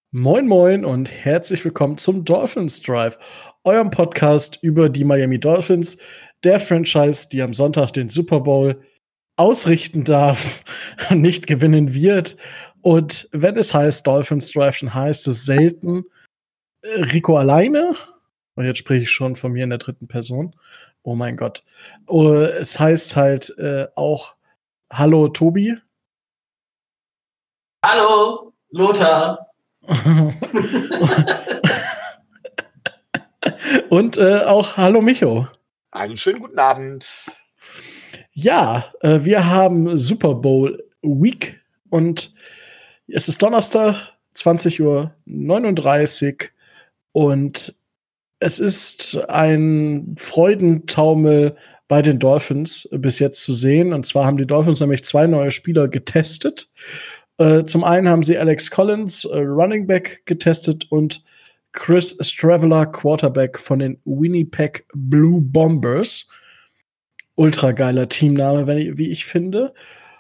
Moin Moin und herzlich willkommen zum Dolphins Drive, eurem Podcast über die Miami Dolphins, der Franchise, die am Sonntag den Super Bowl ausrichten darf, nicht gewinnen wird. Und wenn es heißt Dolphins Drive, dann heißt es selten Rico alleine. Und jetzt spreche ich schon von mir in der dritten Person. Oh mein Gott. Es heißt halt auch Hallo Tobi. Hallo, Lothar. Und auch Hallo Micho. Einen schönen guten Abend. Ja, wir haben Super Bowl Week und es ist Donnerstag, 20:39 Uhr und es ist ein Freudentaumel bei den Dolphins bis jetzt zu sehen. Und zwar haben die Dolphins nämlich 2 neue Spieler getestet. Zum einen haben sie Alex Collins, Running Back, getestet und Chris Straveller, Quarterback von den Winnipeg Blue Bombers. Ultra geiler Teamname, wie ich finde.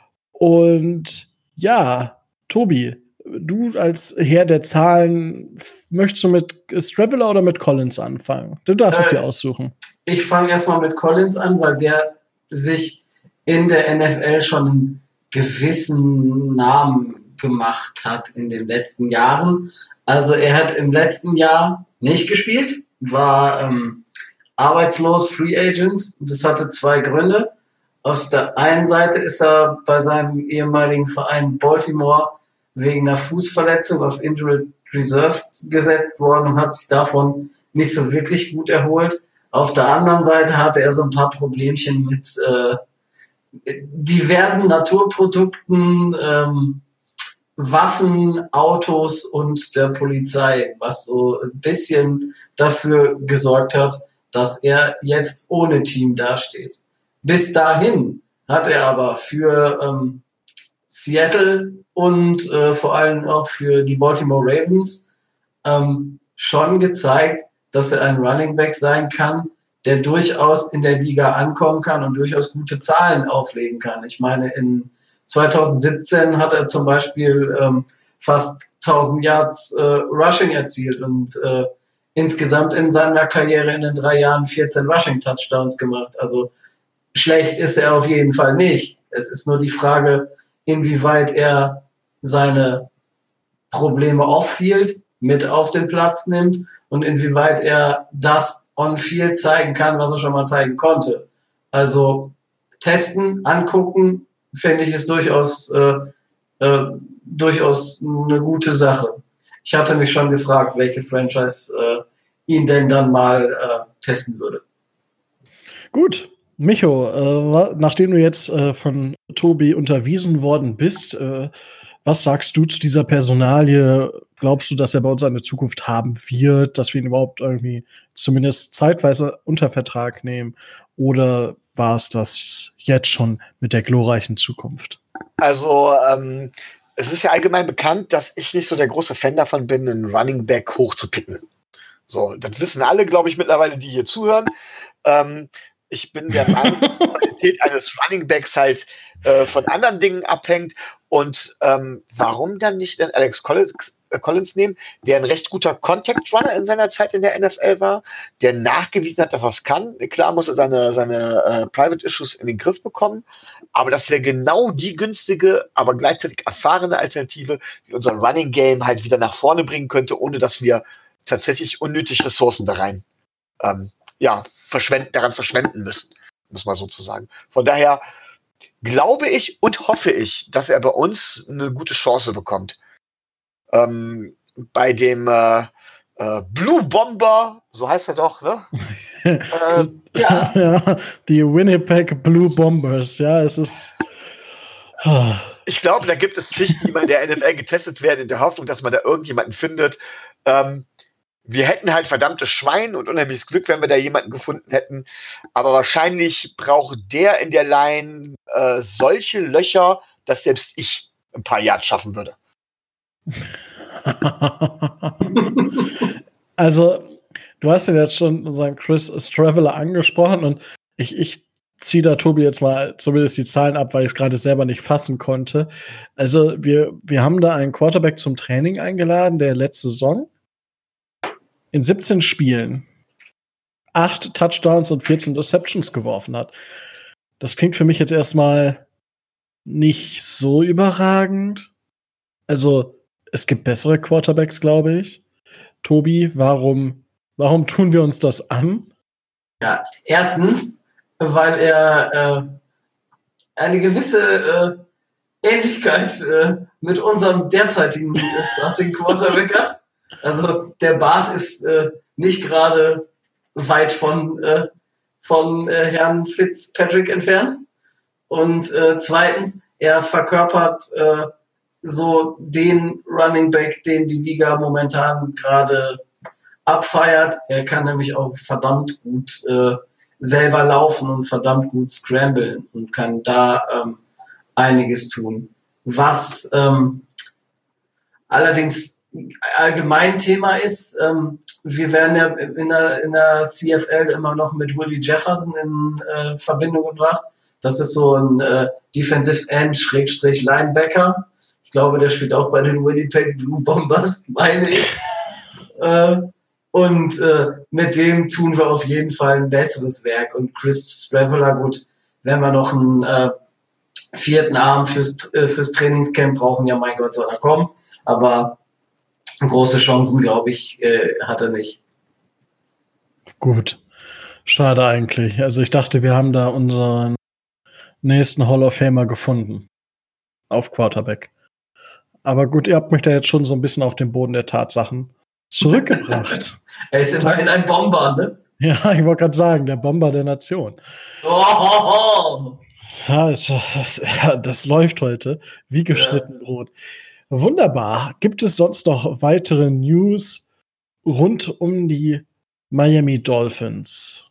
Und ja, Tobi, du als Herr der Zahlen, möchtest du mit Straveller oder mit Collins anfangen? Du darfst es dir aussuchen. Ich fange erstmal mit Collins an, weil der sich in der NFL schon einen gewissen Namen gemacht hat in den letzten Jahren. Also er hat im letzten Jahr nicht gespielt, war arbeitslos, Free Agent. Das hatte 2 Gründe. Auf der einen Seite ist er bei seinem ehemaligen Verein Baltimore wegen einer Fußverletzung auf Injured Reserve gesetzt worden und hat sich davon nicht so wirklich gut erholt. Auf der anderen Seite hatte er so ein paar Problemchen mit diversen Naturprodukten, Waffen, Autos und der Polizei, was so ein bisschen dafür gesorgt hat, dass er jetzt ohne Team dasteht. Bis dahin hat er aber für Seattle und vor allem auch für die Baltimore Ravens schon gezeigt, dass er ein Running Back sein kann, der durchaus in der Liga ankommen kann und durchaus gute Zahlen auflegen kann. Ich meine, in 2017 hat er zum Beispiel fast 1000 Yards Rushing erzielt und insgesamt in seiner Karriere in den 3 Jahren 14 Rushing-Touchdowns gemacht. Also schlecht ist er auf jeden Fall nicht. Es ist nur die Frage, inwieweit er seine Probleme off-field mit auf den Platz nimmt und inwieweit er das on-field zeigen kann, was er schon mal zeigen konnte. Also testen, angucken, finde ich, ist durchaus eine gute Sache. Ich hatte mich schon gefragt, welche Franchise ihn denn dann mal testen würde. Gut, Micho, nachdem du jetzt von Tobi unterwiesen worden bist, was sagst du zu dieser Personalie? Glaubst du, dass er bei uns eine Zukunft haben wird, dass wir ihn überhaupt irgendwie zumindest zeitweise unter Vertrag nehmen? Oder war es das jetzt schon mit der glorreichen Zukunft? Also, es ist ja allgemein bekannt, dass ich nicht so der große Fan davon bin, einen Running Back hochzupicken. So, das wissen alle, glaube ich, mittlerweile, die hier zuhören. Ich bin der Meinung, dass die Qualität eines Running Backs halt von anderen Dingen abhängt. Und warum dann nicht den Alex Collins nehmen, der ein recht guter Contact Runner in seiner Zeit in der NFL war, der nachgewiesen hat, dass er es kann. Klar muss er seine Private Issues in den Griff bekommen, aber das wäre genau die günstige, aber gleichzeitig erfahrene Alternative, die unser Running Game halt wieder nach vorne bringen könnte, ohne dass wir tatsächlich unnötig Ressourcen da rein daran verschwenden müssen, muss man sozusagen. Von daher glaube ich und hoffe ich, dass er bei uns eine gute Chance bekommt. Bei dem Blue Bomber, so heißt er doch, ne? Ja. Ja, die Winnipeg Blue Bombers, ja, es ist. Ich glaube, da gibt es zig, die mal in der NFL getestet werden, in der Hoffnung, dass man da irgendjemanden findet. Wir hätten halt verdammtes Schwein und unheimliches Glück, wenn wir da jemanden gefunden hätten. Aber wahrscheinlich braucht der in der Line solche Löcher, dass selbst ich ein paar Yards schaffen würde. Also, du hast ja jetzt schon unseren Chris Straveller angesprochen und ich ziehe da Tobi jetzt mal zumindest die Zahlen ab, weil ich es gerade selber nicht fassen konnte. Also wir haben da einen Quarterback zum Training eingeladen, der letzte Saison in 17 Spielen 8 Touchdowns und 14 Interceptions geworfen hat. Das klingt für mich jetzt erstmal nicht so überragend. Also, es gibt bessere Quarterbacks, glaube ich. Tobi, warum tun wir uns das an? Ja, erstens, weil er eine gewisse Ähnlichkeit mit unserem derzeitigen Starting Quarterback hat. Also der Bart ist nicht gerade weit von Herrn Fitzpatrick entfernt. Und zweitens, er verkörpert so den Running Back, den die Liga momentan gerade abfeiert. Er kann nämlich auch verdammt gut selber laufen und verdammt gut scramblen und kann da einiges tun. Was allerdings allgemein Thema ist, wir werden ja in der CFL immer noch mit Willie Jefferson in Verbindung gebracht. Das ist so ein Defensive End / Linebacker. Ich glaube, der spielt auch bei den Winnipeg Blue Bombers, meine ich. Und mit dem tun wir auf jeden Fall ein besseres Werk. Und Chris Straveller, gut, wenn wir noch einen vierten Arm fürs Trainingscamp brauchen, ja mein Gott, soll er kommen. Aber große Chancen, glaube ich, hat er nicht. Gut. Schade eigentlich. Also ich dachte, wir haben da unseren nächsten Hall of Famer gefunden. Auf Quarterback. Aber gut, ihr habt mich da jetzt schon so ein bisschen auf den Boden der Tatsachen zurückgebracht. Er ist immerhin ein Bomber, ne? Ja, ich wollte gerade sagen, der Bomber der Nation. Oh! Ja, das läuft heute wie geschnitten Brot. Wunderbar. Gibt es sonst noch weitere News rund um die Miami Dolphins?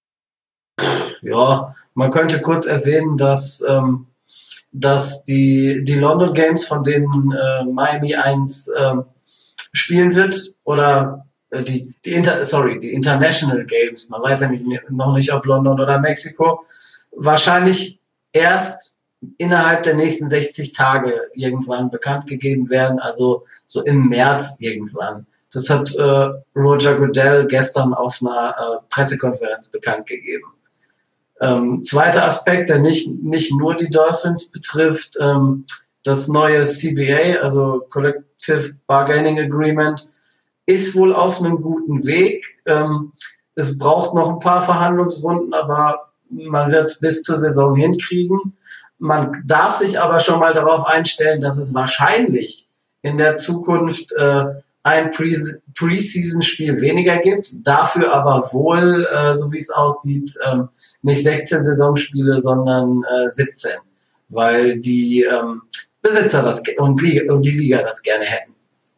Ja, man könnte kurz erwähnen, dass die London Games, von denen Miami 1 spielen wird, oder die International Games, man weiß ja noch nicht, ob London oder Mexiko, wahrscheinlich erst innerhalb der nächsten 60 Tage irgendwann bekannt gegeben werden, also so im März irgendwann. Das hat Roger Goodell gestern auf einer Pressekonferenz bekannt gegeben. Zweiter Aspekt, der nicht nur die Dolphins betrifft, das neue CBA, also Collective Bargaining Agreement, ist wohl auf einem guten Weg. Es braucht noch ein paar Verhandlungsrunden, aber man wird es bis zur Saison hinkriegen. Man darf sich aber schon mal darauf einstellen, dass es wahrscheinlich in der Zukunft ein Preseason-Spiel weniger gibt, dafür aber wohl, so wie es aussieht, nicht 16 Saisonspiele, sondern 17, weil die Besitzer und die Liga das gerne hätten.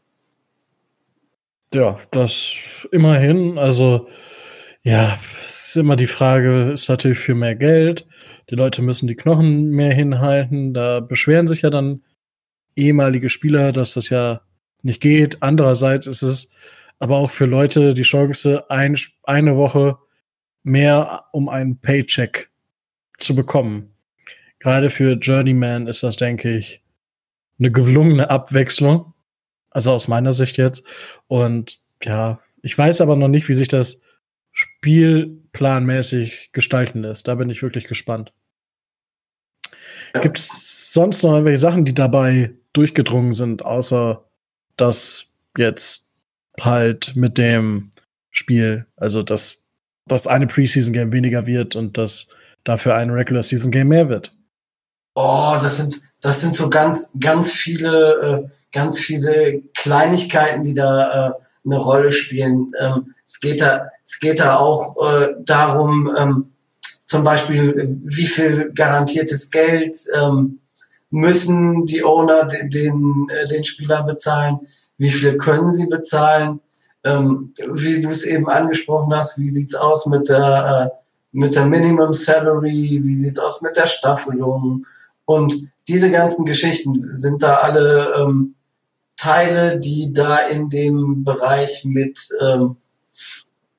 Ja, das immerhin. Also, ja, es ist immer die Frage, ist natürlich für mehr Geld. Die Leute müssen die Knochen mehr hinhalten. Da beschweren sich ja dann ehemalige Spieler, dass das ja nicht geht. Andererseits ist es aber auch für Leute die Chance, eine Woche mehr um einen Paycheck zu bekommen. Gerade für Journeyman ist das, denke ich, eine gelungene Abwechslung. Also aus meiner Sicht jetzt. Und ja, ich weiß aber noch nicht, wie sich das spielplanmäßig gestalten lässt. Da bin ich wirklich gespannt. Gibt es sonst noch irgendwelche Sachen, die dabei durchgedrungen sind, außer dass jetzt halt mit dem Spiel, also dass das eine Preseason-Game weniger wird und dass dafür ein Regular-Season-Game mehr wird? Oh, das sind so ganz viele Kleinigkeiten, die da eine Rolle spielen. Es geht da auch darum, zum Beispiel, wie viel garantiertes Geld müssen die Owner den Spielern bezahlen, wie viel können sie bezahlen, wie du es eben angesprochen hast, wie sieht's aus mit der Minimum Salary, wie sieht's aus mit der Staffelung, und diese ganzen Geschichten sind da alle Teile, die da in dem Bereich mit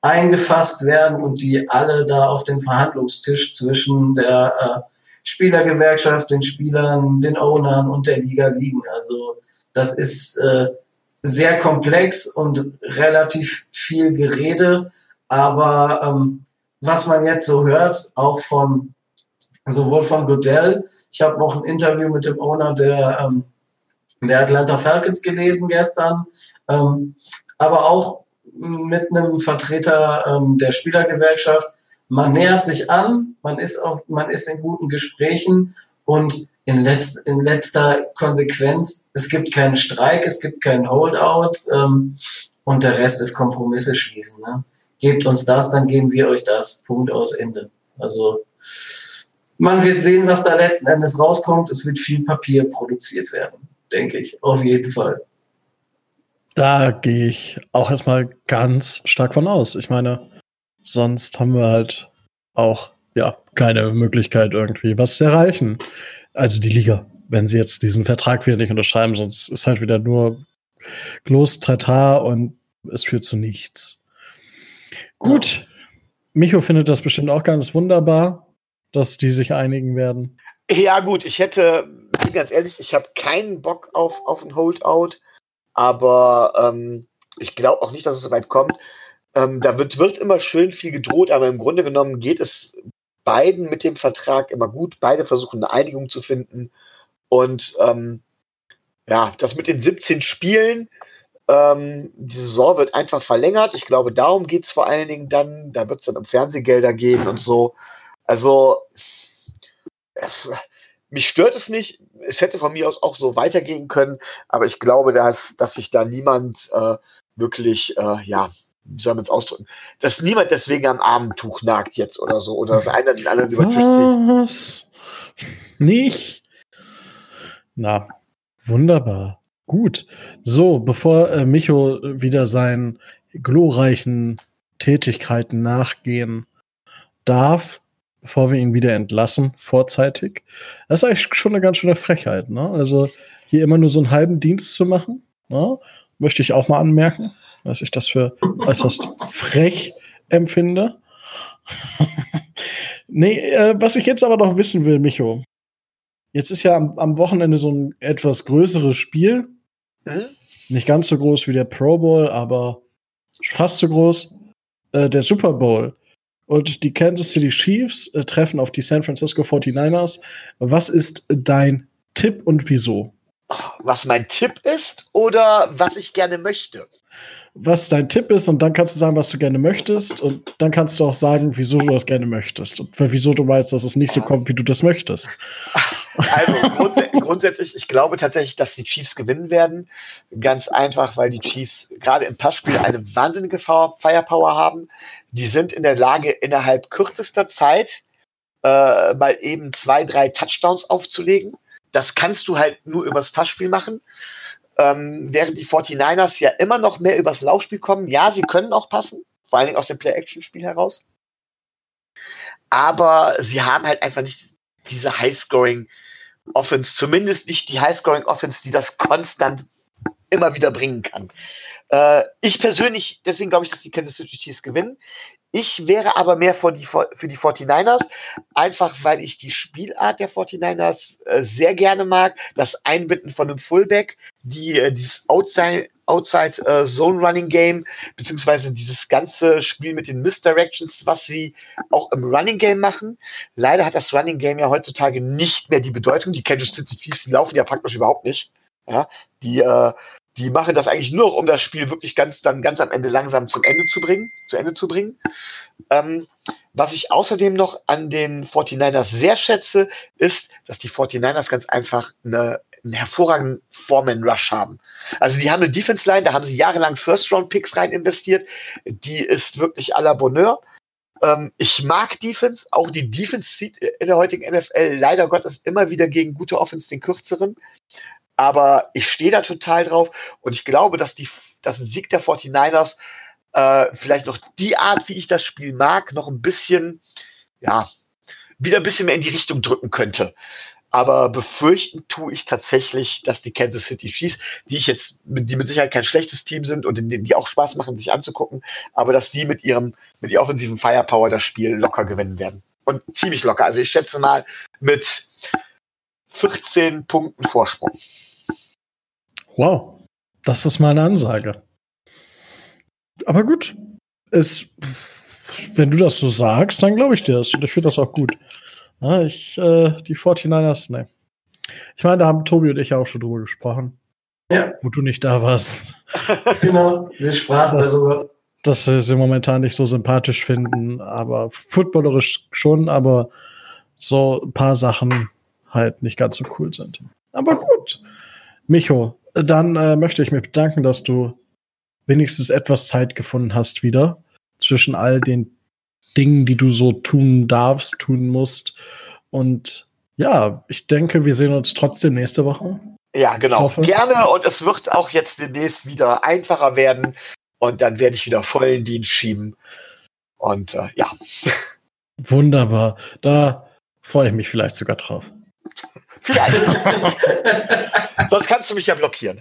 eingefasst werden und die alle da auf den Verhandlungstisch zwischen der Spielergewerkschaft, den Spielern, den Ownern und der Liga liegen. Also das ist sehr komplex und relativ viel Gerede, aber was man jetzt so hört, auch sowohl von Goodell, ich habe noch ein Interview mit dem Owner der Atlanta Falcons gelesen gestern, aber auch mit einem Vertreter der Spielergewerkschaft. Man nähert sich an, man ist in guten Gesprächen und in letzter Konsequenz, es gibt keinen Streik, es gibt keinen Holdout und der Rest ist Kompromisse schließen. Ne? Gebt uns das, dann geben wir euch das. Punkt, aus, Ende. Also man wird sehen, was da letzten Endes rauskommt. Es wird viel Papier produziert werden, denke ich, auf jeden Fall. Da gehe ich auch erstmal ganz stark von aus. Ich meine, sonst haben wir halt auch keine Möglichkeit, irgendwie was zu erreichen. Also die Liga, wenn sie jetzt diesen Vertrag wieder nicht unterschreiben, sonst ist halt wieder nur Gloss, Trata und es führt zu nichts. Gut, ja. Micho findet das bestimmt auch ganz wunderbar, dass die sich einigen werden. Ja gut, bin ganz ehrlich, ich habe keinen Bock auf ein Holdout, aber ich glaube auch nicht, dass es so weit kommt. Da wird immer schön viel gedroht, aber im Grunde genommen geht es beiden mit dem Vertrag immer gut. Beide versuchen eine Einigung zu finden. Und das mit den 17 Spielen, die Saison wird einfach verlängert. Ich glaube, darum geht es vor allen Dingen dann. Da wird es dann um Fernsehgelder gehen und so. Also, mich stört es nicht. Es hätte von mir aus auch so weitergehen können. Aber ich glaube, dass sich da niemand wirklich, wie soll man es ausdrücken, dass niemand deswegen am Armentuch nagt jetzt oder so. Oder dass einer den anderen über den Tisch zieht. Was? Nicht? Na, wunderbar. Gut. So, bevor Micho wieder seinen glorreichen Tätigkeiten nachgehen darf, bevor wir ihn wieder entlassen, vorzeitig, das ist eigentlich schon eine ganz schöne Frechheit, ne? Also, hier immer nur so einen halben Dienst zu machen, ne? Möchte ich auch mal anmerken, dass ich das für äußerst frech empfinde. Nee, was ich jetzt aber noch wissen will, Micho. Jetzt ist ja am Wochenende so ein etwas größeres Spiel. Nicht ganz so groß wie der Pro Bowl, aber fast so groß. Der Super Bowl. Und die Kansas City Chiefs treffen auf die San Francisco 49ers. Was ist dein Tipp und wieso? Was mein Tipp ist oder was ich gerne möchte? Was dein Tipp ist und dann kannst du sagen, was du gerne möchtest und dann kannst du auch sagen, wieso du das gerne möchtest und wieso du meinst, dass es nicht so kommt, wie du das möchtest. Also grundsätzlich, ich glaube tatsächlich, dass die Chiefs gewinnen werden. Ganz einfach, weil die Chiefs gerade im Passspiel eine wahnsinnige Firepower haben. Die sind in der Lage, innerhalb kürzester Zeit mal eben 2-3 Touchdowns aufzulegen. Das kannst du halt nur übers Passspiel machen. Während die 49ers ja immer noch mehr übers Laufspiel kommen. Ja, sie können auch passen, vor allen Dingen aus dem Play-Action-Spiel heraus. Aber sie haben halt einfach nicht diese High-Scoring-Offense, zumindest nicht die High-Scoring-Offense, die das konstant immer wieder bringen kann. Ich persönlich, deswegen glaube ich, dass die Kansas City Chiefs gewinnen. Ich wäre aber mehr für die 49ers, einfach weil ich die Spielart der 49ers sehr gerne mag. Das Einbinden von einem Fullback, dieses Outside Zone Running Game, beziehungsweise dieses ganze Spiel mit den Misdirections, was sie auch im Running Game machen. Leider hat das Running Game ja heutzutage nicht mehr die Bedeutung. Die Kansas City Chiefs, die laufen ja praktisch überhaupt nicht. Ja, die machen das eigentlich nur, um das Spiel wirklich ganz am Ende langsam zu Ende zu bringen. Was ich außerdem noch an den 49ers sehr schätze, ist, dass die 49ers ganz einfach einen hervorragenden Foreman-Rush haben. Also die haben eine Defense-Line, da haben sie jahrelang First-Round-Picks rein investiert. Die ist wirklich à la Bonheur. Ich mag Defense. Auch die Defense zieht in der heutigen NFL leider Gottes immer wieder gegen gute Offense den kürzeren. Aber ich stehe da total drauf und ich glaube, dass ein Sieg der 49ers vielleicht noch die Art, wie ich das Spiel mag, noch ein bisschen, wieder ein bisschen mehr in die Richtung drücken könnte. Aber befürchten tue ich tatsächlich, dass die Kansas City Chiefs, die mit Sicherheit kein schlechtes Team sind und die auch Spaß machen, sich anzugucken, aber dass die mit ihrer offensiven Firepower das Spiel locker gewinnen werden. Und ziemlich locker. Also ich schätze mal mit 14 Punkten Vorsprung. Wow, das ist mal eine Ansage. Aber gut, wenn du das so sagst, dann glaube ich dir das. Und ich finde das auch gut. Ja, die 49ers, ne. Ich meine, da haben Tobi und ich ja auch schon drüber gesprochen. Ja. Wo du nicht da warst. Genau, wir sprachen darüber. Dass wir sie momentan nicht so sympathisch finden, aber footballerisch schon, aber so ein paar Sachen halt nicht ganz so cool sind. Aber gut. Micho, dann möchte ich mich bedanken, dass du wenigstens etwas Zeit gefunden hast wieder zwischen all den Dingen, die du so tun darfst, tun musst. Und ja, ich denke, wir sehen uns trotzdem nächste Woche. Ja, genau. Gerne. Und es wird auch jetzt demnächst wieder einfacher werden. Und dann werde ich wieder vollen Dienst schieben. Und ja. Wunderbar. Da freue ich mich vielleicht sogar drauf. Vielleicht. Sonst kannst du mich ja blockieren.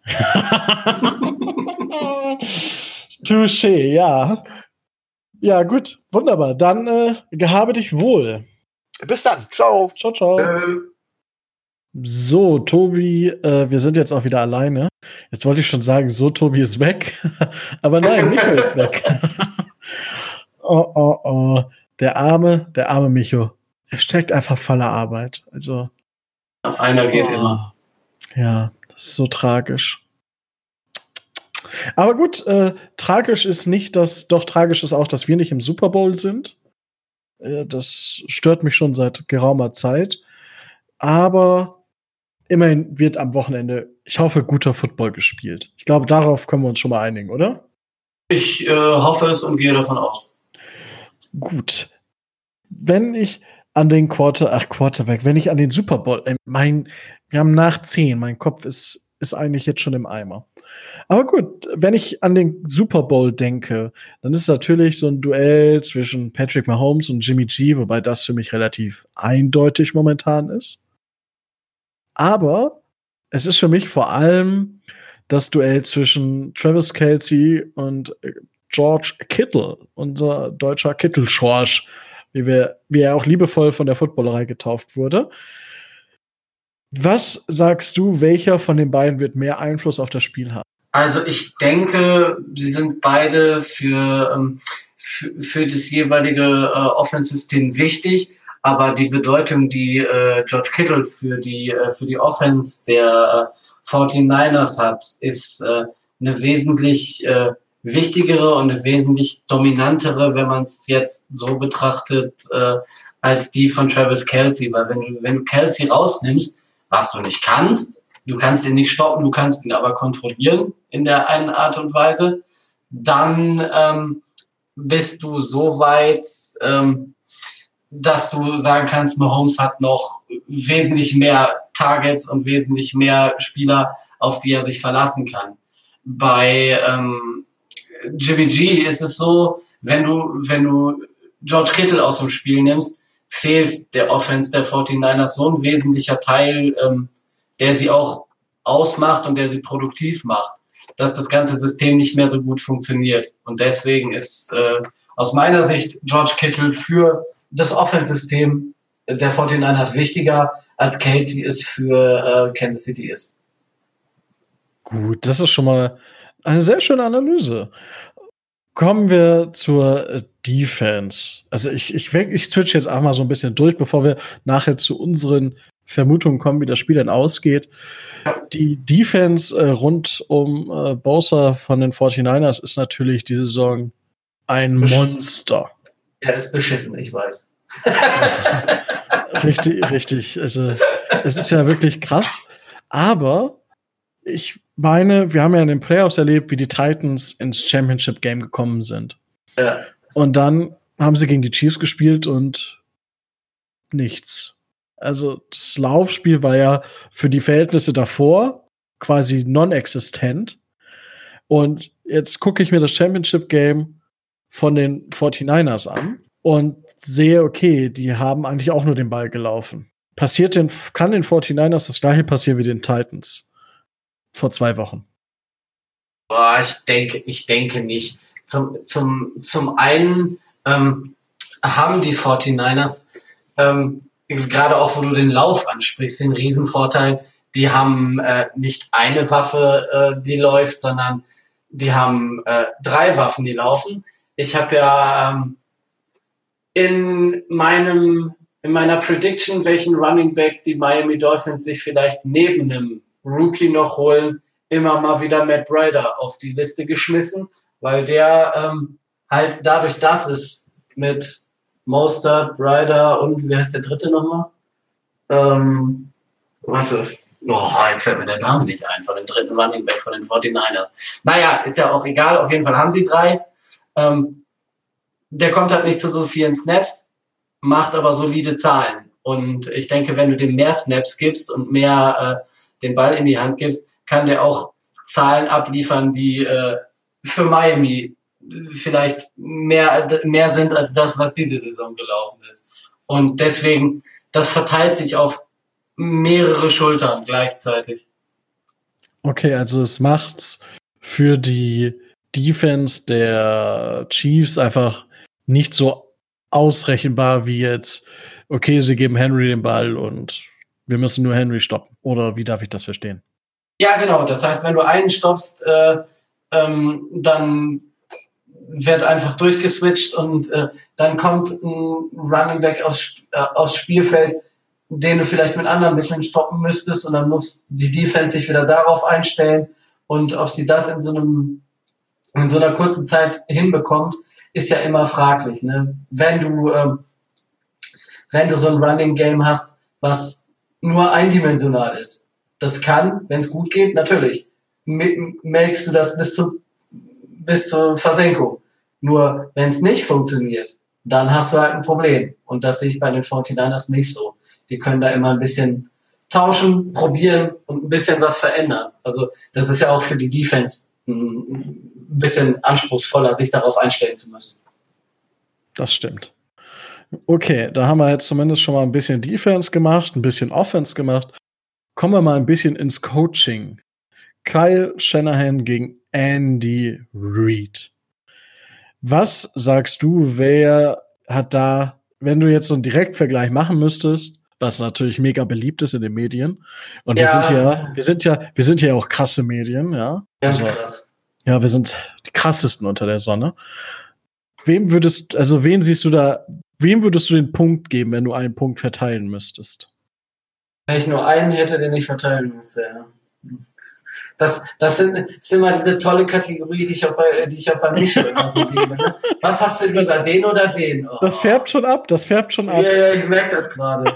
Touché, ja. Ja, gut. Wunderbar. Dann gehabe dich wohl. Bis dann. Ciao. Ciao, ciao. So, Tobi, wir sind jetzt auch wieder alleine. Jetzt wollte ich schon sagen, so, Tobi ist weg. Aber nein, Micho ist weg. Oh. Der arme Micho. Er steckt einfach voller Arbeit. Also. Einer geht immer. Ja, das ist so tragisch. Aber gut, tragisch ist auch, dass wir nicht im Super Bowl sind. Das stört mich schon seit geraumer Zeit. Aber immerhin wird am Wochenende, ich hoffe, guter Football gespielt. Ich glaube, darauf können wir uns schon mal einigen, oder? Ich hoffe es und gehe davon aus. Gut. Wenn ich an den Quarterback, wenn ich an den Wir haben nach 10, mein Kopf ist eigentlich jetzt schon im Eimer. Aber gut, wenn ich an den Super Bowl denke, dann ist es natürlich so ein Duell zwischen Patrick Mahomes und Jimmy G, wobei das für mich relativ eindeutig momentan ist. Aber es ist für mich vor allem das Duell zwischen Travis Kelce und George Kittle, unser deutscher Kittle-Schorsch, wie er auch liebevoll von der Footballerei getauft wurde. Was sagst du, welcher von den beiden wird mehr Einfluss auf das Spiel haben? Also ich denke, sie sind beide für das jeweilige Offense-System wichtig, aber die Bedeutung, die George Kittle für die Offense der 49ers hat, ist eine wesentlich wichtigere und eine wesentlich dominantere, wenn man es jetzt so betrachtet, als die von Travis Kelce. Weil wenn du Kelce rausnimmst, was du nicht kannst, du kannst ihn nicht stoppen, du kannst ihn aber kontrollieren in der einen Art und Weise, dann bist du so weit, dass du sagen kannst, Mahomes hat noch wesentlich mehr Targets und wesentlich mehr Spieler, auf die er sich verlassen kann. Bei Jimmy G ist es so, wenn du George Kittle aus dem Spiel nimmst, fehlt der Offense der 49ers so ein wesentlicher Teil, der sie auch ausmacht und der sie produktiv macht, dass das ganze System nicht mehr so gut funktioniert. Und deswegen ist aus meiner Sicht George Kittle für das Offense-System der 49ers wichtiger, als Kelce es für Kansas City ist. Gut, das ist schon mal eine sehr schöne Analyse. Kommen wir zur Defense. Also ich switch jetzt auch mal so ein bisschen durch, bevor wir nachher zu unseren Vermutungen kommen, wie das Spiel denn ausgeht. Die Defense rund um Bosa von den 49ers ist natürlich diese Saison ein Monster. Er ist beschissen, ich weiß. Richtig. Also, es ist ja wirklich krass. Aber ich meine, wir haben ja in den Playoffs erlebt, wie die Titans ins Championship-Game gekommen sind. Ja. Und dann haben sie gegen die Chiefs gespielt und nichts. Also das Laufspiel war ja für die Verhältnisse davor quasi non-existent. Und jetzt gucke ich mir das Championship-Game von den 49ers an und sehe, okay, die haben eigentlich auch nur den Ball gelaufen. kann den 49ers das gleiche passieren wie den Titans vor 2 Wochen? Boah, ich denke nicht. Zum einen haben die 49ers, gerade auch, wo du den Lauf ansprichst, den Riesenvorteil, die haben nicht eine Waffe, die läuft, sondern die haben 3 Waffen, die laufen. Ich habe ja in meiner Prediction, welchen Running Back die Miami Dolphins sich vielleicht neben einem Rookie noch holen, immer mal wieder Matt Breida auf die Liste geschmissen, weil der halt dadurch, dass es mit Mostert, Breida und wie heißt der dritte nochmal? Jetzt fällt mir der Name nicht ein, von dem dritten Running Back von den 49ers. Naja, ist ja auch egal, auf jeden Fall haben sie 3. Der kommt halt nicht zu so vielen Snaps, macht aber solide Zahlen. Und ich denke, wenn du dem mehr Snaps gibst und mehr den Ball in die Hand gibst, kann der auch Zahlen abliefern, die für Miami vielleicht mehr sind als das, was diese Saison gelaufen ist. Und deswegen, das verteilt sich auf mehrere Schultern gleichzeitig. Okay, also es macht's für die Defense der Chiefs einfach nicht so ausrechenbar wie jetzt, okay, sie geben Henry den Ball und wir müssen nur Henry stoppen. Oder wie darf ich das verstehen? Ja, genau. Das heißt, wenn du einen stoppst, dann wird einfach durchgeswitcht und dann kommt ein Running Back aufs Spielfeld, den du vielleicht mit anderen Mitteln stoppen müsstest und dann muss die Defense sich wieder darauf einstellen und ob sie das in so einer kurzen Zeit hinbekommt, ist ja immer fraglich. Ne? Wenn du so ein Running Game hast, was nur eindimensional ist, das kann, wenn es gut geht, natürlich, melkst du das bis zur Versenkung. Nur, wenn es nicht funktioniert, dann hast du halt ein Problem. Und das sehe ich bei den 49ers nicht so. Die können da immer ein bisschen tauschen, probieren und ein bisschen was verändern. Also das ist ja auch für die Defense ein bisschen anspruchsvoller, sich darauf einstellen zu müssen. Das stimmt. Okay, da haben wir jetzt zumindest schon mal ein bisschen Defense gemacht, ein bisschen Offense gemacht. Kommen wir mal ein bisschen ins Coaching. Kyle Shanahan gegen Andy Reid. Was sagst du, wer hat da, wenn du jetzt so einen Direktvergleich machen müsstest, was natürlich mega beliebt ist in den Medien, und wir sind ja auch krasse Medien, ja. Ganz krass. Ja, wir sind die krassesten unter der Sonne. Wem würdest du den Punkt geben, wenn du einen Punkt verteilen müsstest? Wenn ich nur einen hätte, den ich verteilen müsste, ja. Das sind immer diese tolle Kategorie, die ich auch bei Michael immer so liebe. Ne? Was hast du lieber, den oder den? Oh. Das färbt schon ab. Ja, ich merke das gerade.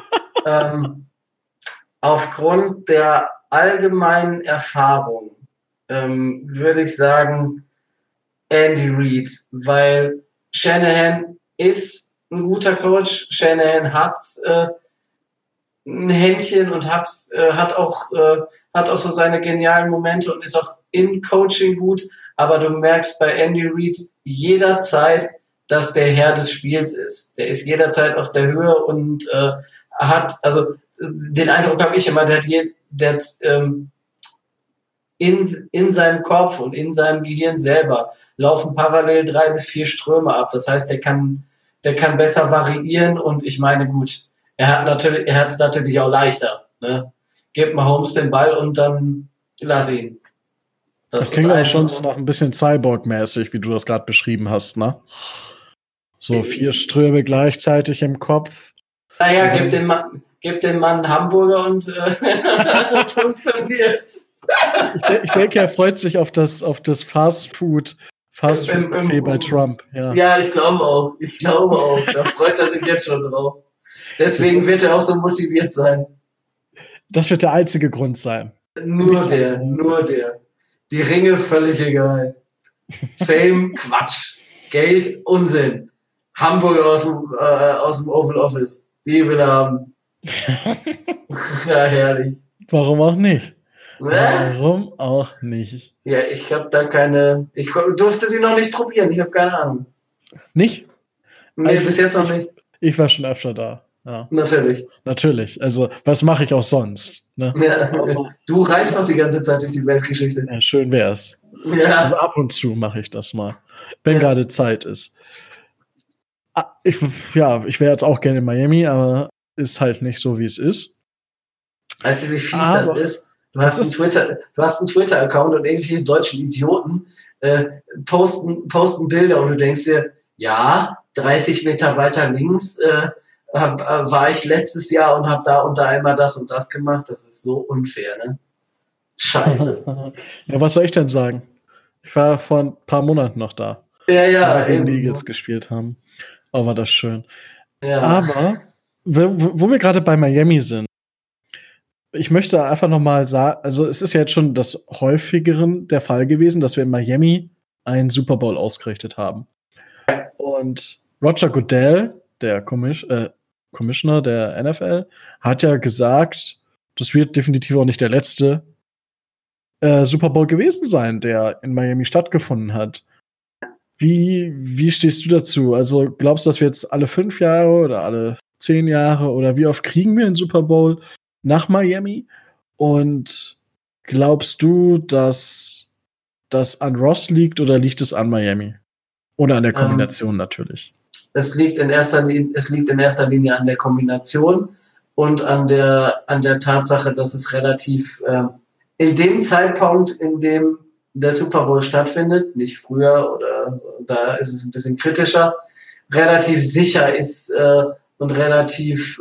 Aufgrund der allgemeinen Erfahrung würde ich sagen Andy Reid, weil Shanahan ist ein guter Coach. Shanahan hat ein Händchen und hat auch so seine genialen Momente und ist auch in Coaching gut. Aber du merkst bei Andy Reid jederzeit, dass der Herr des Spiels ist. Der ist jederzeit auf der Höhe und also den Eindruck habe ich immer, der hat in seinem Kopf und in seinem Gehirn selber laufen parallel 3 bis 4 Ströme ab. Das heißt, der kann besser variieren und ich meine, gut, er hat es natürlich auch leichter. Ne? Gib Mahomes den Ball und dann lass ihn. Das klingt aber schon so nach ein bisschen Cyborg-mäßig, wie du das gerade beschrieben hast, ne? So 4 Ströme gleichzeitig im Kopf. Naja, gib dem Mann einen Hamburger und funktioniert. Ich denke, er freut sich auf das Fast-Food-Buffet bei Trump. Ja, ich glaube auch. Da freut er sich jetzt schon drauf. Deswegen wird er auch so motiviert sein. Das wird der einzige Grund sein. Nur der. Die Ringe völlig egal. Fame, Quatsch. Geld, Unsinn. Hamburger aus dem Oval Office. Die will er haben. Ja, herrlich. Warum auch nicht? Warum auch nicht? Ja, ich habe da ich durfte sie noch nicht probieren, ich habe keine Ahnung. Nicht? Nee, bis jetzt noch nicht. Ich war schon öfter da. Ja. Natürlich. Also, was mache ich auch sonst? Ne? Ja. Du reist doch die ganze Zeit durch die Weltgeschichte. Ja, schön wär's. Ja. Also ab und zu mache ich das mal, wenn gerade Zeit ist. Ich wäre jetzt auch gerne in Miami, aber ist halt nicht so, wie es ist. Weißt du, wie fies das ist? Du hast einen Twitter-Account und irgendwelche deutschen Idioten posten Bilder und du denkst dir, ja, 30 Meter weiter links war ich letztes Jahr und habe da und da einmal das und das gemacht. Das ist so unfair, ne? Scheiße. Ja, was soll ich denn sagen? Ich war vor ein paar Monaten noch da. Ja, weil wir gegen die Eagles gespielt haben. Aber war das schön. Ja. Aber, wo wir gerade bei Miami sind, ich möchte einfach noch mal sagen, also es ist ja jetzt schon das häufigeren der Fall gewesen, dass wir in Miami einen Super Bowl ausgerichtet haben. Und Roger Goodell, der Commissioner der NFL, hat ja gesagt, das wird definitiv auch nicht der letzte Super Bowl gewesen sein, der in Miami stattgefunden hat. Wie stehst du dazu? Also glaubst du, dass wir jetzt alle 5 Jahre oder alle 10 Jahre oder wie oft kriegen wir einen Super Bowl nach Miami? Und glaubst du, dass das an Ross liegt oder liegt es an Miami? Oder an der Kombination natürlich? Es liegt in erster Linie an der Kombination und an der Tatsache, dass es relativ in dem Zeitpunkt, in dem der Super Bowl stattfindet, nicht früher oder so, da ist es ein bisschen kritischer, relativ sicher ist und relativ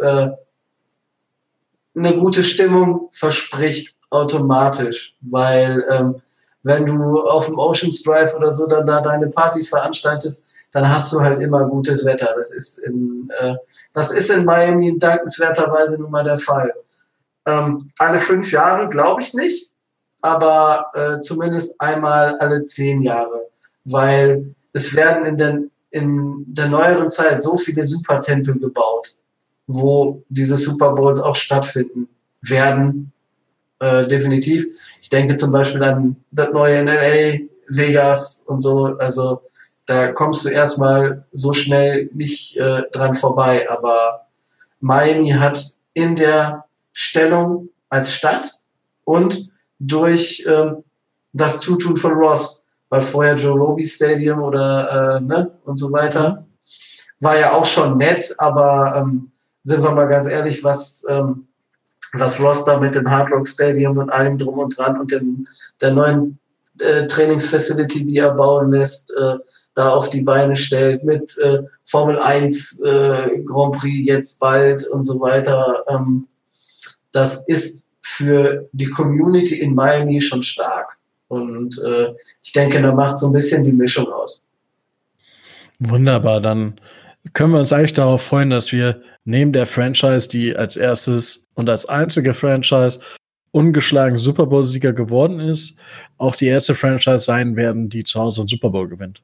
eine gute Stimmung verspricht automatisch, weil wenn du auf dem Oceans Drive oder so dann da deine Partys veranstaltest, dann hast du halt immer gutes Wetter. Das ist in Miami dankenswerterweise nun mal der Fall. Alle 5 Jahre glaube ich nicht, aber zumindest einmal alle 10 Jahre, weil es werden in der neueren Zeit so viele Supertempel gebaut, wo diese Super Bowls auch stattfinden werden, definitiv. Ich denke zum Beispiel an das neue in LA, Vegas und so, also da kommst du erstmal so schnell nicht dran vorbei, aber Miami hat in der Stellung als Stadt und durch das Zutun von Ross, weil vorher Joe Roby Stadium oder und so weiter, war ja auch schon nett, aber sind wir mal ganz ehrlich, was Ross da mit dem Hard Rock Stadium und allem drum und dran und der neuen Trainingsfacility, die er bauen lässt, da auf die Beine stellt, mit Formel 1 Grand Prix jetzt bald und so weiter. Das ist für die Community in Miami schon stark. Und ich denke, da macht so ein bisschen die Mischung aus. Wunderbar, dann können wir uns eigentlich darauf freuen, dass wir neben der Franchise, die als erstes und als einzige Franchise ungeschlagen Super Bowl-Sieger geworden ist, auch die erste Franchise sein werden, die zu Hause einen Super Bowl gewinnt.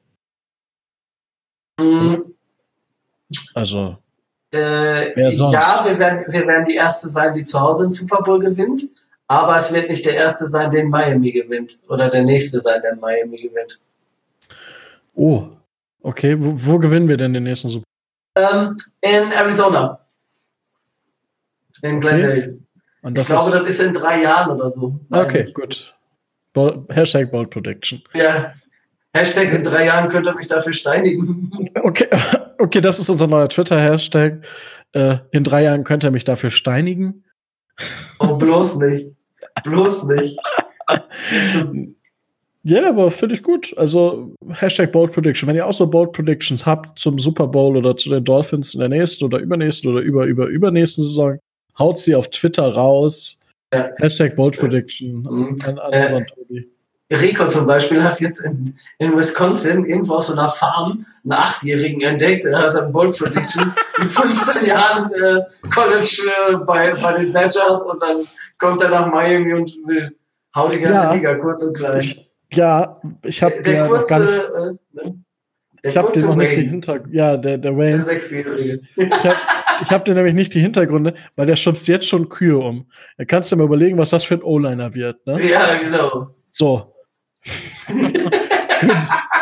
Also, wer sonst? Ja, wir werden die erste sein, die zu Hause einen Super Bowl gewinnt, aber es wird nicht der erste sein, den Miami gewinnt oder der nächste sein, der Miami gewinnt. Oh, okay. Wo gewinnen wir denn den nächsten Super Bowl? In Arizona. In Glendale. Und ich glaube, das ist in 3 Jahren oder so. Okay, gut. Hashtag Bold Prediction. Ja. Hashtag in 3 Jahren könnt ihr mich dafür steinigen. Okay, das ist unser neuer Twitter-Hashtag. In 3 Jahren könnt ihr mich dafür steinigen. Oh, bloß nicht. Bloß nicht. Ja, aber finde ich gut. Also Hashtag Bold Prediction. Wenn ihr auch so Bold Predictions habt zum Super Bowl oder zu den Dolphins in der nächsten oder übernächsten oder übernächsten Saison, haut sie auf Twitter raus. Ja. Hashtag Bold Prediction an unseren Tobi. Rico zum Beispiel hat jetzt in Wisconsin irgendwo aus so einer Farm einen 8-Jährigen entdeckt. Er hat eine Bold Prediction in 15 Jahren College bei den Badgers und dann kommt er nach Miami und will hau die ganze Liga kurz und klein. Ich habe der kurze ich habe dir noch nicht die Hintergründe. Ja, der Wayne. Der 6-Jährige. Ich habe dir nämlich nicht die Hintergründe, weil der schubst jetzt schon Kühe um. Da kannst du dir mal überlegen, was das für ein O-Liner wird. Ne? Ja, genau. So.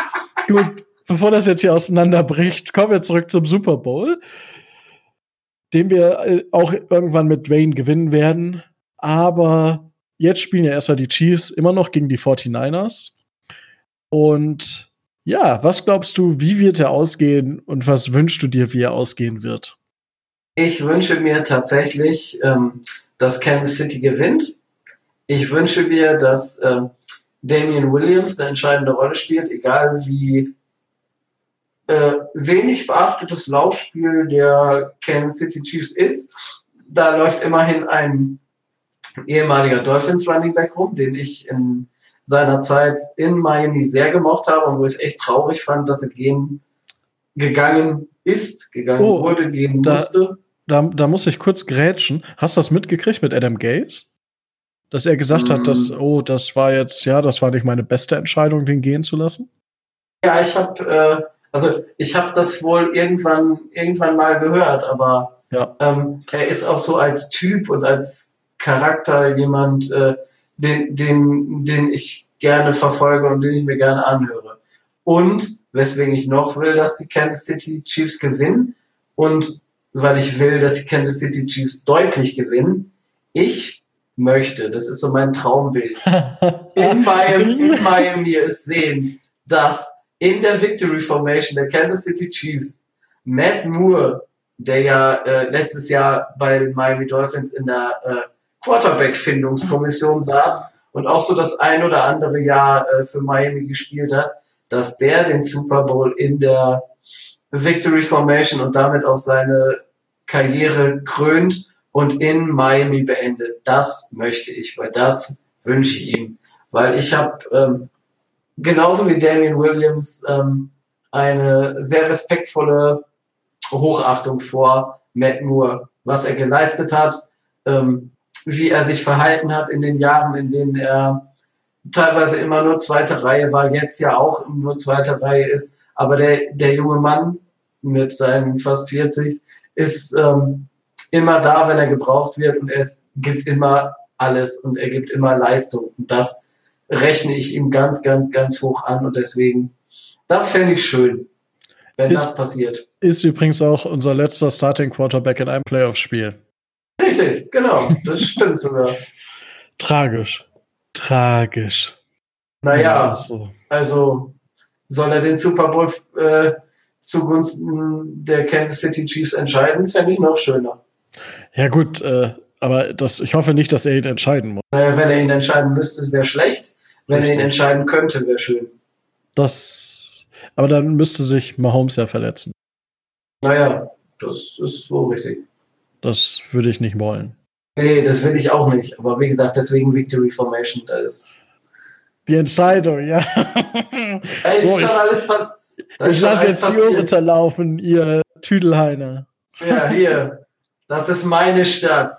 Gut, bevor das jetzt hier auseinanderbricht, kommen wir zurück zum Super Bowl. den wir auch irgendwann mit Dwayne gewinnen werden. Aber jetzt spielen ja erstmal die Chiefs immer noch gegen die 49ers. Und ja, was glaubst du, wie wird er ausgehen und was wünschst du dir, wie er ausgehen wird? Ich wünsche mir tatsächlich, dass Kansas City gewinnt. Ich wünsche mir, dass Damian Williams eine entscheidende Rolle spielt, egal wie wenig beachtetes Laufspiel der Kansas City Chiefs ist. Da läuft immerhin ein ehemaliger Dolphins Running Back rum, den ich in seiner Zeit in Miami sehr gemocht habe und wo ich es echt traurig fand, dass er gegangen wurde, gehen musste. Da muss ich kurz grätschen. Hast du das mitgekriegt mit Adam Gase? Dass er gesagt hat, das war jetzt, das war nicht meine beste Entscheidung, den gehen zu lassen? Ja, ich habe das wohl irgendwann mal gehört, aber er ist auch so als Typ und als Charakter jemand, den ich gerne verfolge und den ich mir gerne anhöre. Und weswegen ich noch will, dass die Kansas City Chiefs gewinnen und weil ich will, dass die Kansas City Chiefs deutlich gewinnen. Ich möchte, das ist so mein Traumbild, in Miami es sehen, dass in der Victory Formation der Kansas City Chiefs Matt Moore, der ja letztes Jahr bei den Miami Dolphins in der Quarterback-Findungskommission saß und auch so das ein oder andere Jahr für Miami gespielt hat, dass der den Super Bowl in der Victory Formation und damit auch seine Karriere krönt und in Miami beendet. Das möchte ich, weil das wünsche ich ihm. Weil ich habe genauso wie Damian Williams eine sehr respektvolle Hochachtung vor Matt Moore, was er geleistet hat, wie er sich verhalten hat in den Jahren, in denen er teilweise immer nur zweite Reihe war, jetzt ja auch nur zweite Reihe ist. Aber der junge Mann mit seinen fast 40 ist immer da, wenn er gebraucht wird und es gibt immer alles und er gibt immer Leistung. Und das rechne ich ihm ganz, ganz, ganz hoch an und deswegen, das fände ich schön, wenn das passiert. Ist übrigens auch unser letzter Starting Quarterback in einem Playoff-Spiel. Richtig, genau, das stimmt sogar. Tragisch. Naja, also soll er den Super Bowl zugunsten der Kansas City Chiefs entscheiden, fände ich noch schöner. Ja gut, aber ich hoffe nicht, dass er ihn entscheiden muss. Naja, wenn er ihn entscheiden müsste, wäre schlecht. Wenn er ihn entscheiden könnte, wäre schön. Aber dann müsste sich Mahomes ja verletzen. Naja, das ist so richtig. Das würde ich nicht wollen. Nee, das will ich auch nicht. Aber wie gesagt, deswegen Victory Formation, da ist die Entscheidung, ja. Es ist schon alles passiert. Ich lasse jetzt die Uhr runterlaufen, ihr Tüdelheiner. Ja, hier. Das ist meine Stadt.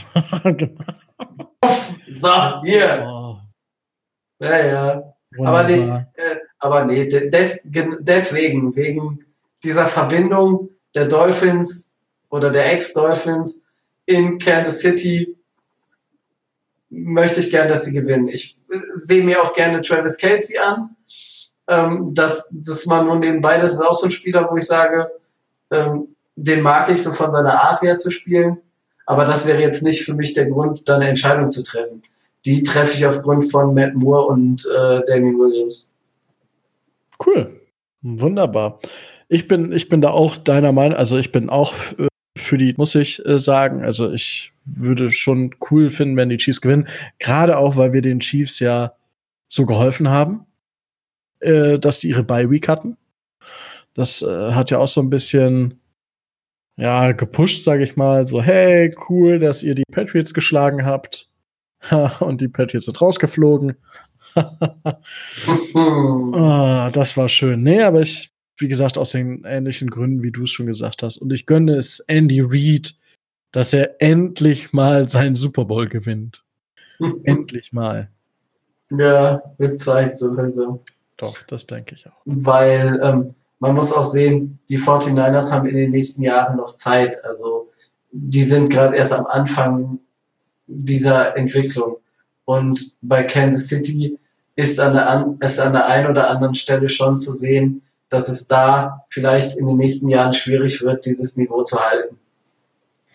So, hier. Oh. Ja. Aber nee, deswegen, wegen dieser Verbindung der Dolphins oder der Ex-Dolphins in Kansas City möchte ich gerne, dass die gewinnen. Ich sehe mir auch gerne Travis Kelce an. Das mal nur nebenbei, das ist auch so ein Spieler, wo ich sage, den mag ich so von seiner Art her zu spielen, aber das wäre jetzt nicht für mich der Grund, da eine Entscheidung zu treffen. Die treffe ich aufgrund von Matt Moore und Damian Williams. Cool, wunderbar. Ich bin da auch deiner Meinung, also ich bin auch für die, muss ich sagen, also ich würde schon cool finden, wenn die Chiefs gewinnen, gerade auch, weil wir den Chiefs ja so geholfen haben, dass die ihre Bye-Week hatten. Das hat ja auch so ein bisschen gepusht, sage ich mal, so hey, cool, dass ihr die Patriots geschlagen habt. Und die Patriots sind rausgeflogen. Das war schön. Nee, aber wie gesagt, aus den ähnlichen Gründen, wie du es schon gesagt hast. Und ich gönne es Andy Reid, dass er endlich mal seinen Super Bowl gewinnt. Endlich mal. Ja, wird Zeit sowieso. Doch, das denke ich auch. Weil man muss auch sehen, die 49ers haben in den nächsten Jahren noch Zeit. Also die sind gerade erst am Anfang dieser Entwicklung. Und bei Kansas City ist an der einen oder anderen Stelle schon zu sehen, dass es da vielleicht in den nächsten Jahren schwierig wird, dieses Niveau zu halten.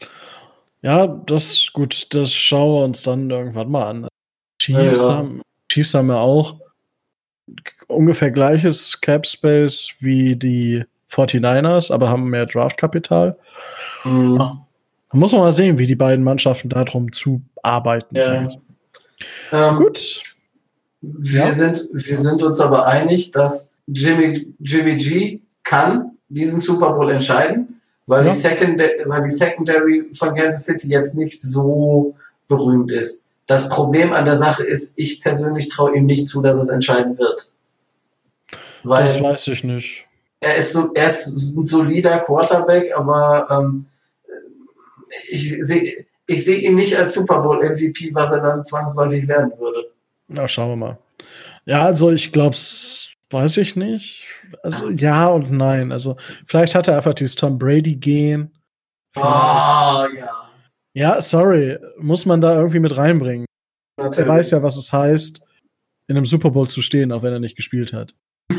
Ja, das gut, das schauen wir uns dann irgendwann mal an. Ja. Chiefs haben ja auch ungefähr gleiches Cap Space wie die 49ers, aber haben mehr Draftkapital. Mhm. Da muss man mal sehen, wie die beiden Mannschaften darum zuarbeiten. Ja. Gut. Wir sind uns aber einig, dass Jimmy G kann diesen Super Bowl entscheiden, weil, Ja. die Secondary von Kansas City jetzt nicht so berühmt ist. Das Problem an der Sache ist, ich persönlich traue ihm nicht zu, dass es entscheiden wird. Weil Das weiß ich nicht. er ist ein solider Quarterback, aber ich sehe ihn nicht als Super Bowl MVP, was er dann zwangsläufig werden würde. Na, schauen wir mal. Ja, also ich glaube, weiß ich nicht. Also ja und nein. Also vielleicht hat er einfach dieses Tom Brady-Gen. Ja. Ja, sorry, muss man da irgendwie mit reinbringen. Natürlich. Er weiß ja, was es heißt, in einem Super Bowl zu stehen, auch wenn er nicht gespielt hat.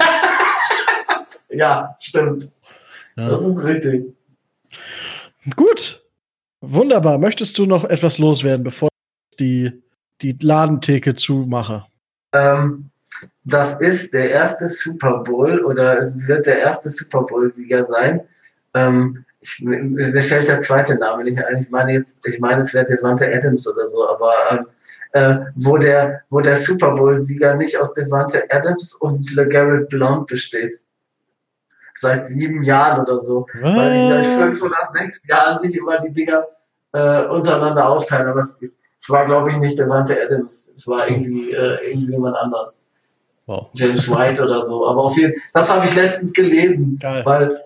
Ja, stimmt. Ja. Das ist richtig. Gut. Wunderbar. Möchtest du noch etwas loswerden, bevor ich die Ladentheke zumache? Das ist der erste Super Bowl oder es wird der erste Super Bowl-Sieger sein. Mir fällt der zweite Name nicht ein. Ich meine, es wäre Devante Adams oder so, aber wo der Super Bowl-Sieger nicht aus Devante Adams und LeGarrette Blount besteht. Seit 7 Jahren oder so. Was? Weil die seit 5 oder 6 Jahren sich immer die Dinger untereinander aufteilen. Aber es war, glaube ich, nicht Devante Adams. Es war irgendwie jemand anders. Wow. James White oder so. Aber auf jeden Fall, das habe ich letztens gelesen. Geil. Weil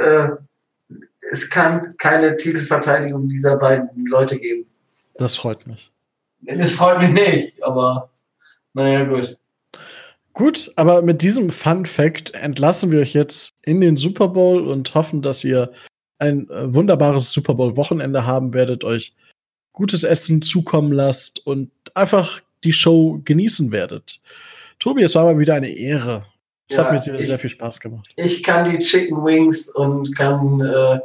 es kann keine Titelverteidigung dieser beiden Leute geben. Das freut mich. Das freut mich nicht, aber naja, gut. Gut, aber mit diesem Fun Fact entlassen wir euch jetzt in den Super Bowl und hoffen, dass ihr ein wunderbares Super Bowl Wochenende haben werdet, euch gutes Essen zukommen lasst und einfach die Show genießen werdet. Tobi, es war mal wieder eine Ehre. Es hat mir sehr viel Spaß gemacht. Ich kann die Chicken Wings und kann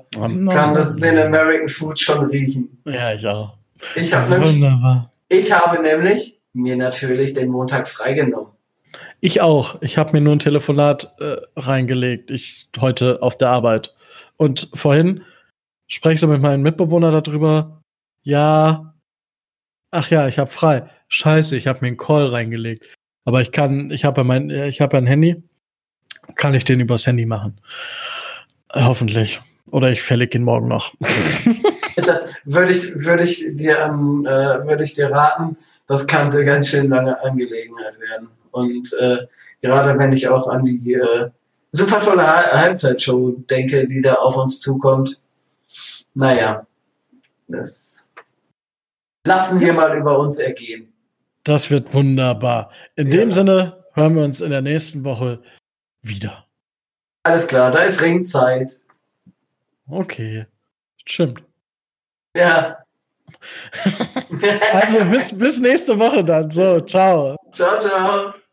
den American Food schon riechen. Ja, ja. Ich habe nämlich mir natürlich den Montag freigenommen. Ich auch. Ich habe mir nur ein Telefonat reingelegt. Heute auf der Arbeit. Und vorhin spreche ich so mit meinem Mitbewohner darüber. Ja. Ach ja, ich habe frei. Scheiße, ich habe mir einen Call reingelegt. Aber ich habe ein Handy. Kann ich den übers Handy machen? Hoffentlich. Oder ich fällig ihn morgen noch. Das würde ich dir raten, das kann eine ganz schön lange Angelegenheit werden. Und gerade wenn ich auch an die super tolle Halbzeitshow denke, die da auf uns zukommt, naja, das lassen wir mal über uns ergehen. Das wird wunderbar. In dem Sinne hören wir uns in der nächsten Woche wieder. Alles klar, da ist Ringzeit. Okay, stimmt. Ja. Also bis nächste Woche dann. So, ciao. Ciao, ciao.